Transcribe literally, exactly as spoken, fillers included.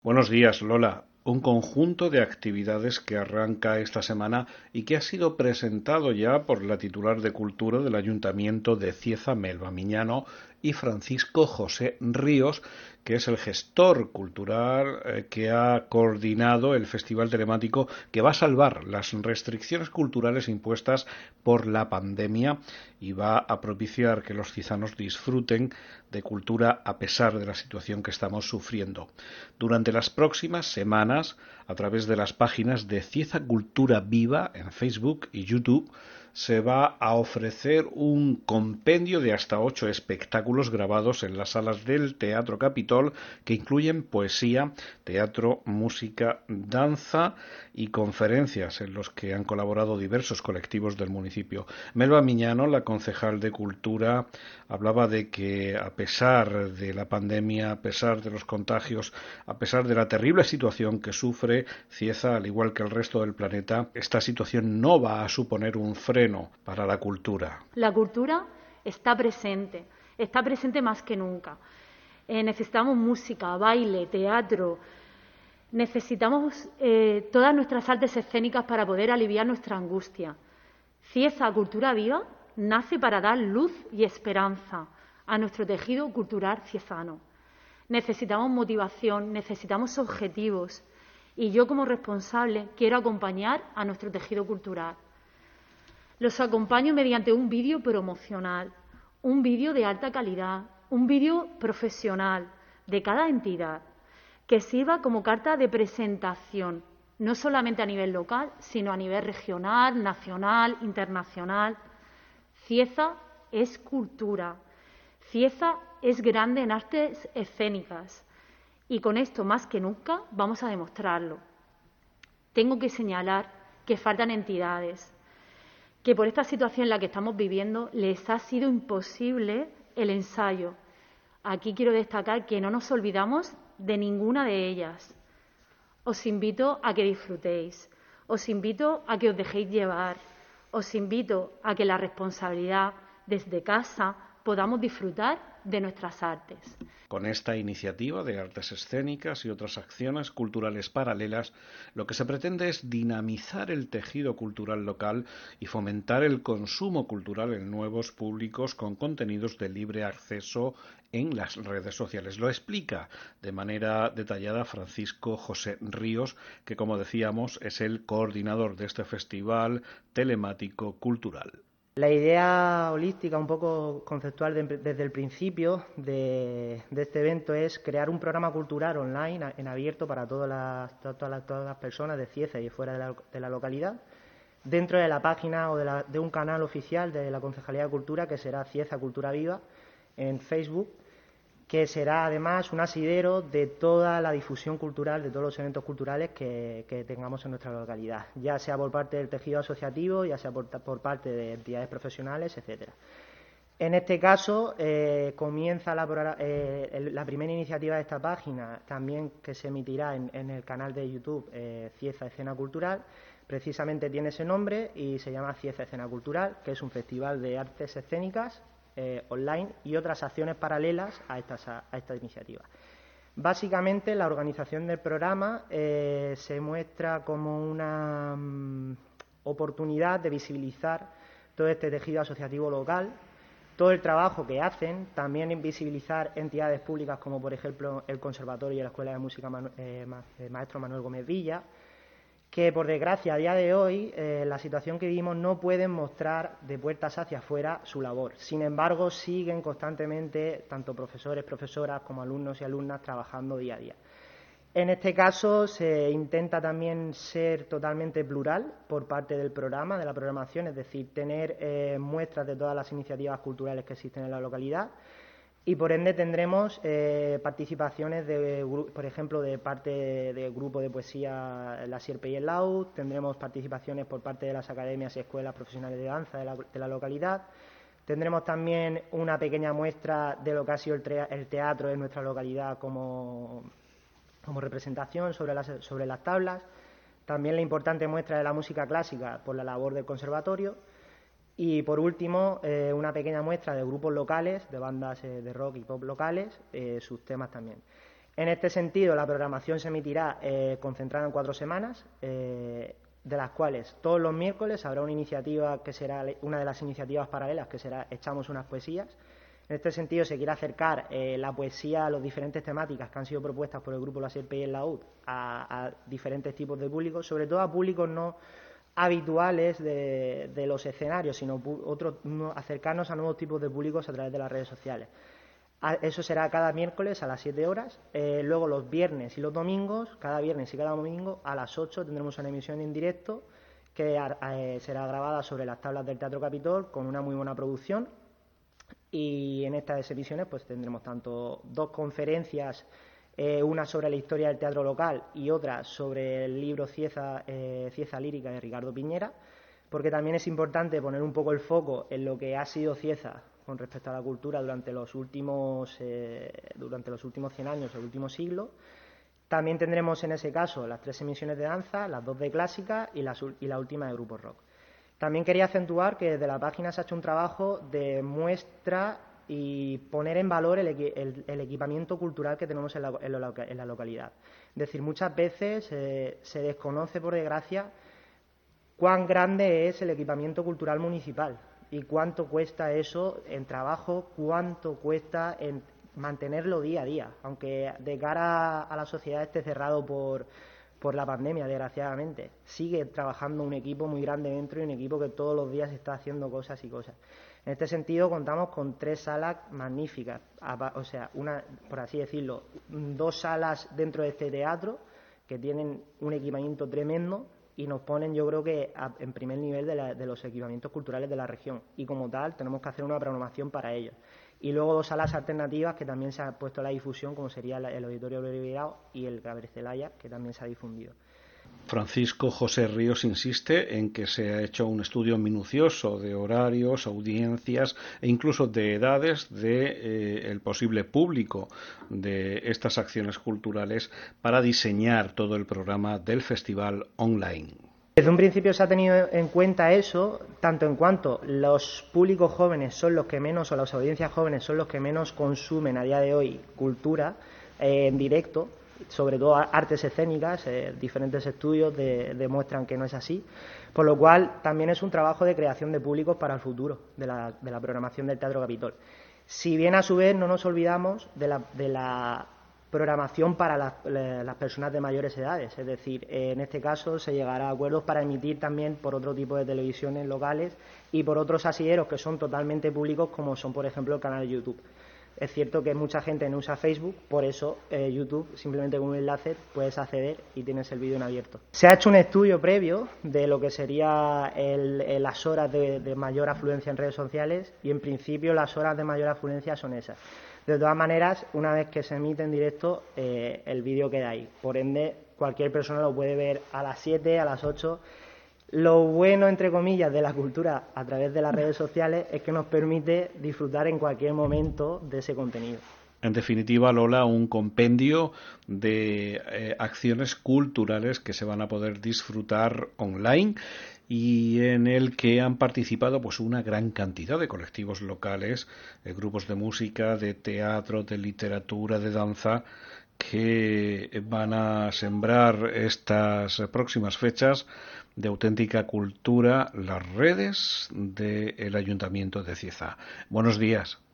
Buenos días, Lola. Un conjunto de actividades que arranca esta semana y que ha sido presentado ya por la titular de Cultura del Ayuntamiento de Cieza, Melba Miñano, y Francisco José Ríos, que es el gestor cultural eh, que ha coordinado el festival telemático que va a salvar las restricciones culturales impuestas por la pandemia y va a propiciar que los cizanos disfruten de cultura a pesar de la situación que estamos sufriendo. Durante las próximas semanas, a través de las páginas de Cieza Cultura Viva en Facebook y YouTube, se va a ofrecer un compendio de hasta ocho espectáculos grabados en las salas del Teatro Capitol que incluyen poesía, teatro, música, danza y conferencias en los que han colaborado diversos colectivos del municipio. Melba Miñano, la concejal de Cultura, hablaba de que a pesar de la pandemia, a pesar de los contagios, a pesar de la terrible situación que sufre Cieza, al igual que el resto del planeta, esta situación no va a suponer un freno para la cultura. La cultura está presente, está presente más que nunca. Eh, necesitamos música, baile, teatro, necesitamos eh, todas nuestras artes escénicas para poder aliviar nuestra angustia. Cieza Cultura Viva nace para dar luz y esperanza a nuestro tejido cultural ciezano. Necesitamos motivación, necesitamos objetivos y yo como responsable quiero acompañar a nuestro tejido cultural. Los acompaño mediante un vídeo promocional, un vídeo de alta calidad, un vídeo profesional de cada entidad que sirva como carta de presentación, no solamente a nivel local, sino a nivel regional, nacional, internacional. Cieza es cultura, Cieza es grande en artes escénicas y con esto más que nunca vamos a demostrarlo. Tengo que señalar que faltan entidades, que por esta situación en la que estamos viviendo les ha sido imposible el ensayo. Aquí quiero destacar que no nos olvidamos de ninguna de ellas. Os invito a que disfrutéis, os invito a que os dejéis llevar, os invito a que la responsabilidad desde casa podamos disfrutar de nuestras artes. Con esta iniciativa de artes escénicas y otras acciones culturales paralelas, lo que se pretende es dinamizar el tejido cultural local y fomentar el consumo cultural en nuevos públicos con contenidos de libre acceso en las redes sociales. Lo explica de manera detallada Francisco José Ríos, que, como decíamos, es el coordinador de este festival telemático cultural. La idea holística, un poco conceptual de, desde el principio de, de este evento, es crear un programa cultural online en abierto para todas las, todas las, todas las personas de Cieza y fuera de la, de la localidad, dentro de la página o de, la, de un canal oficial de la Concejalía de Cultura, que será Cieza Cultura Viva, en Facebook, que será además un asidero de toda la difusión cultural, de todos los eventos culturales que, que tengamos en nuestra localidad, ya sea por parte del tejido asociativo, ya sea por, por parte de entidades profesionales, etcétera. En este caso, eh, comienza la, eh, la primera iniciativa de esta página, también que se emitirá en, en el canal de YouTube eh, Cieza Escena Cultural. Precisamente tiene ese nombre y se llama Cieza Escena Cultural, que es un festival de artes escénicas Eh, online y otras acciones paralelas a, estas, a, a esta iniciativa. Básicamente, la organización del programa eh, se muestra como una mm, oportunidad de visibilizar todo este tejido asociativo local, todo el trabajo que hacen, también en visibilizar entidades públicas como, por ejemplo, el Conservatorio y la Escuela de Música Manu eh, Ma eh, Maestro Manuel Gómez Villa, que por desgracia a día de hoy eh, la situación que vivimos no pueden mostrar de puertas hacia afuera su labor. Sin embargo, siguen constantemente tanto profesores, profesoras como alumnos y alumnas trabajando día a día. En este caso se intenta también ser totalmente plural por parte del programa, de la programación, es decir, tener eh, muestras de todas las iniciativas culturales que existen en la localidad. Y por ende tendremos eh, participaciones, de, por ejemplo, de parte del grupo de poesía La Sierpe y el Laúd, tendremos participaciones por parte de las academias y escuelas profesionales de danza de la, de la localidad, tendremos también una pequeña muestra de lo que ha sido el, el teatro en nuestra localidad como, como representación sobre las, sobre las tablas, también la importante muestra de la música clásica por la labor del conservatorio. Y, por último, eh, una pequeña muestra de grupos locales, de bandas eh, de rock y pop locales, eh, sus temas también. En este sentido, la programación se emitirá eh, concentrada en cuatro semanas, eh, de las cuales todos los miércoles habrá una iniciativa que será una de las iniciativas paralelas, que será Echamos unas poesías. En este sentido, se quiere acercar eh, la poesía a las diferentes temáticas que han sido propuestas por el grupo La Sierpe y el Laúd a, a diferentes tipos de públicos, sobre todo a públicos no habituales de, de los escenarios, sino otros, no, acercarnos a nuevos tipos de públicos a través de las redes sociales. Eso será cada miércoles a las siete horas. Eh, luego los viernes y los domingos, cada viernes y cada domingo a las ocho tendremos una emisión en directo que eh, será grabada sobre las tablas del Teatro Capitol con una muy buena producción. Y en estas emisiones pues tendremos tanto dos conferencias, eh, una sobre la historia del teatro local y otra sobre el libro Cieza, eh, Cieza Lírica de Ricardo Piñera, porque también es importante poner un poco el foco en lo que ha sido Cieza con respecto a la cultura durante los últimos eh, durante los últimos cien años, el último siglo. También tendremos en ese caso las tres emisiones de danza, las dos de clásica y la, y la última de grupos rock. También quería acentuar que desde la página se ha hecho un trabajo de muestra y poner en valor el, el, el equipamiento cultural que tenemos en la, en la, en la localidad. Es decir, muchas veces eh, se desconoce, por desgracia, cuán grande es el equipamiento cultural municipal y cuánto cuesta eso en trabajo, cuánto cuesta en mantenerlo día a día, aunque de cara a la sociedad esté cerrado por, por la pandemia, desgraciadamente. Sigue trabajando un equipo muy grande dentro y un equipo que todos los días está haciendo cosas y cosas. En este sentido, contamos con tres salas magníficas, o sea, una, por así decirlo, dos salas dentro de este teatro que tienen un equipamiento tremendo y nos ponen, yo creo que a, en primer nivel de, la, de los equipamientos culturales de la región, y como tal tenemos que hacer una programación para ellos. Y luego dos salas alternativas que también se ha puesto a la difusión, como sería el Auditorio Belgrado y el Gabriel Celaya, que también se ha difundido. Francisco José Ríos insiste en que se ha hecho un estudio minucioso de horarios, audiencias e incluso de edades de eh, el posible público de estas acciones culturales para diseñar todo el programa del festival online. Desde un principio se ha tenido en cuenta eso, tanto en cuanto los públicos jóvenes son los que menos, o las audiencias jóvenes son los que menos consumen a día de hoy cultura eh, en directo, sobre todo artes escénicas. Eh, diferentes estudios de, demuestran que no es así, por lo cual también es un trabajo de creación de públicos para el futuro de la, de la programación del Teatro Capitol. Si bien a su vez no nos olvidamos de la, de la programación para las, las personas de mayores edades, es decir, en este caso se llegará a acuerdos para emitir también por otro tipo de televisiones locales y por otros asilleros que son totalmente públicos, como son por ejemplo el canal de YouTube. Es cierto que mucha gente no usa Facebook, por eso eh, YouTube, simplemente con un enlace puedes acceder y tienes el vídeo en abierto. Se ha hecho un estudio previo de lo que sería el, el, las horas de, de mayor afluencia en redes sociales y en principio las horas de mayor afluencia son esas. De todas maneras, una vez que se emite en directo, eh, el vídeo queda ahí. Por ende, cualquier persona lo puede ver a las siete, a las ocho. Lo bueno, entre comillas, de la cultura a través de las redes sociales es que nos permite disfrutar en cualquier momento de ese contenido. En definitiva, Lola, un compendio de eh, acciones culturales que se van a poder disfrutar online y en el que han participado pues una gran cantidad de colectivos locales, de grupos de música, de teatro, de literatura, de danza, que van a sembrar estas próximas fechas de auténtica cultura las redes del Ayuntamiento de Cieza. Buenos días.